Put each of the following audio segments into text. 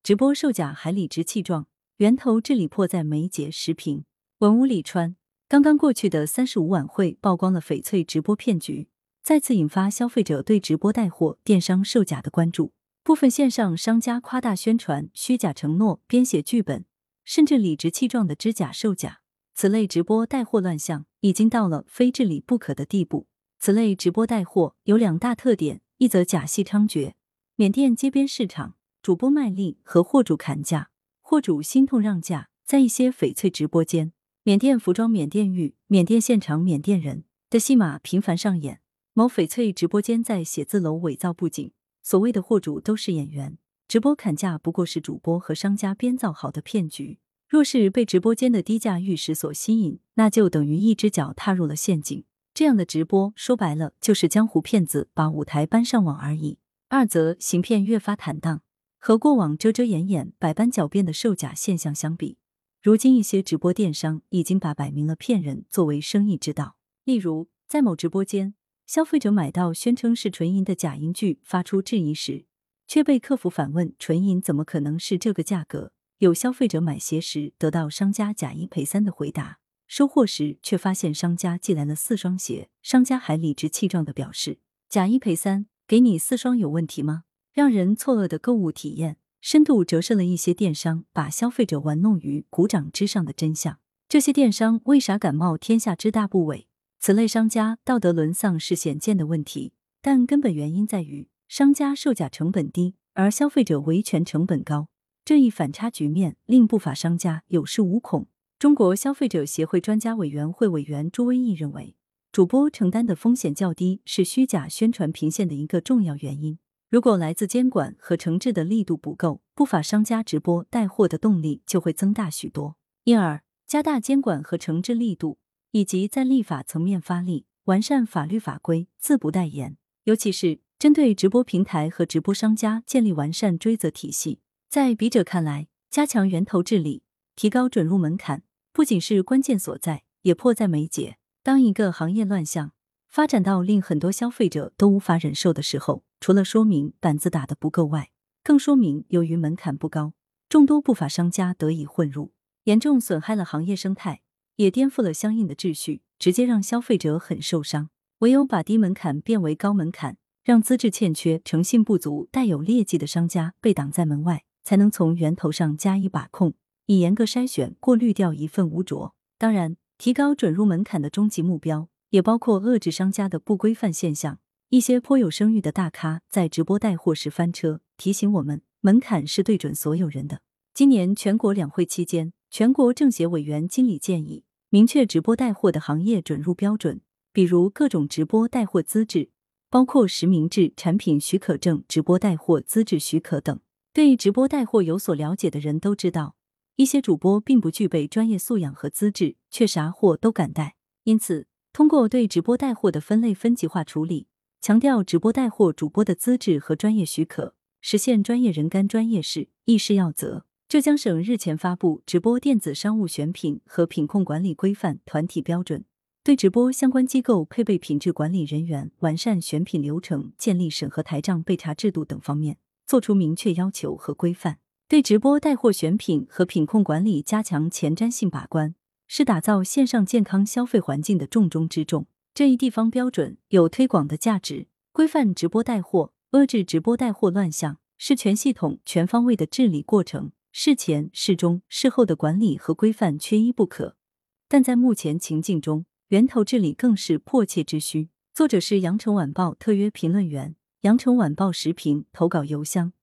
直播售假还理直气壮，源头治理迫在眉睫。时评：文武李川。刚刚过去的35晚会曝光了翡翠直播骗局，再次引发消费者对直播带货、电商售假的关注。部分线上商家夸大宣传、虚假承诺、编写剧本，甚至理直气壮的知假售假。此类直播带货乱象已经到了非治理不可的地步。此类直播带货有2大特点：一则假戏猖獗，缅甸街边市场主播卖力和货主砍价，货主心痛让价。在一些翡翠直播间，缅甸服装、缅甸玉、缅甸现场、缅甸人的戏码频繁上演。某翡翠直播间在写字楼伪造布景，所谓的货主都是演员，直播砍价不过是主播和商家编造好的骗局。若是被直播间的低价玉石所吸引，那就等于一只脚踏入了陷阱。这样的直播说白了就是江湖骗子把舞台搬上网而已。二则行骗越发坦荡，和过往遮遮掩掩、百般狡辩的售假现象相比，如今一些直播电商已经把摆明了骗人作为生意之道。例如，在某直播间，消费者买到宣称是纯银的假银具发出质疑时，却被客服反问纯银怎么可能是这个价格。有消费者买鞋时得到商家假一赔3的回答，收货时却发现商家寄来了4双鞋，商家还理直气壮地表示假一赔3，给你4双有问题吗？让人错愕的购物体验深度折射了一些电商把消费者玩弄于股掌之上的真相。这些电商为啥敢冒天下之大不韪？此类商家道德沦丧是显见的问题，但根本原因在于商家售假成本低，而消费者维权成本高。这一反差局面令不法商家有恃无恐。中国消费者协会专家委员会委员朱威义认为，主播承担的风险较低是虚假宣传频现的一个重要原因。如果来自监管和惩治的力度不够，不法商家直播带货的动力就会增大许多。因而，加大监管和惩治力度，以及在立法层面发力，完善法律法规，自不待言。尤其是针对直播平台和直播商家建立完善追责体系。在笔者看来，加强源头治理，提高准入门槛，不仅是关键所在，也迫在眉睫。当一个行业乱象发展到令很多消费者都无法忍受的时候，除了说明板子打得不够外，更说明由于门槛不高，众多不法商家得以混入，严重损害了行业生态，也颠覆了相应的秩序，直接让消费者很受伤。唯有把低门槛变为高门槛，让资质欠缺、诚信不足、带有劣迹的商家被挡在门外，才能从源头上加以把控，以严格筛选、过滤掉一份污浊。当然，提高准入门槛的终极目标，也包括遏制商家的不规范现象。一些颇有声誉的大咖在直播带货时翻车，提醒我们，门槛是对准所有人的。今年全国两会期间，全国政协委员经理建议，明确直播带货的行业准入标准，比如各种直播带货资质，包括实名制、产品许可证、直播带货资质许可等。对直播带货有所了解的人都知道，一些主播并不具备专业素养和资质，却啥货都敢带。因此，通过对直播带货的分类分级化处理，强调直播带货主播的资质和专业许可，实现专业人干专业事，亦是要责。浙江省日前发布直播电子商务选品和品控管理规范团体标准，对直播相关机构配备品质管理人员、完善选品流程、建立审核台账备查制度等方面作出明确要求和规范。对直播带货选品和品控管理加强前瞻性把关，是打造线上健康消费环境的重中之重。这一地方标准有推广的价值，规范直播带货、遏制直播带货乱象，是全系统全方位的治理过程，事前、事中、事后的管理和规范缺一不可。但在目前情境中，源头治理更是迫切之需。作者是羊城晚报特约评论员，羊城晚报时评投稿邮箱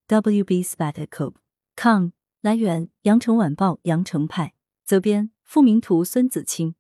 wbspat@com。来源：羊城晚报羊城派，责编：付明图，孙子清。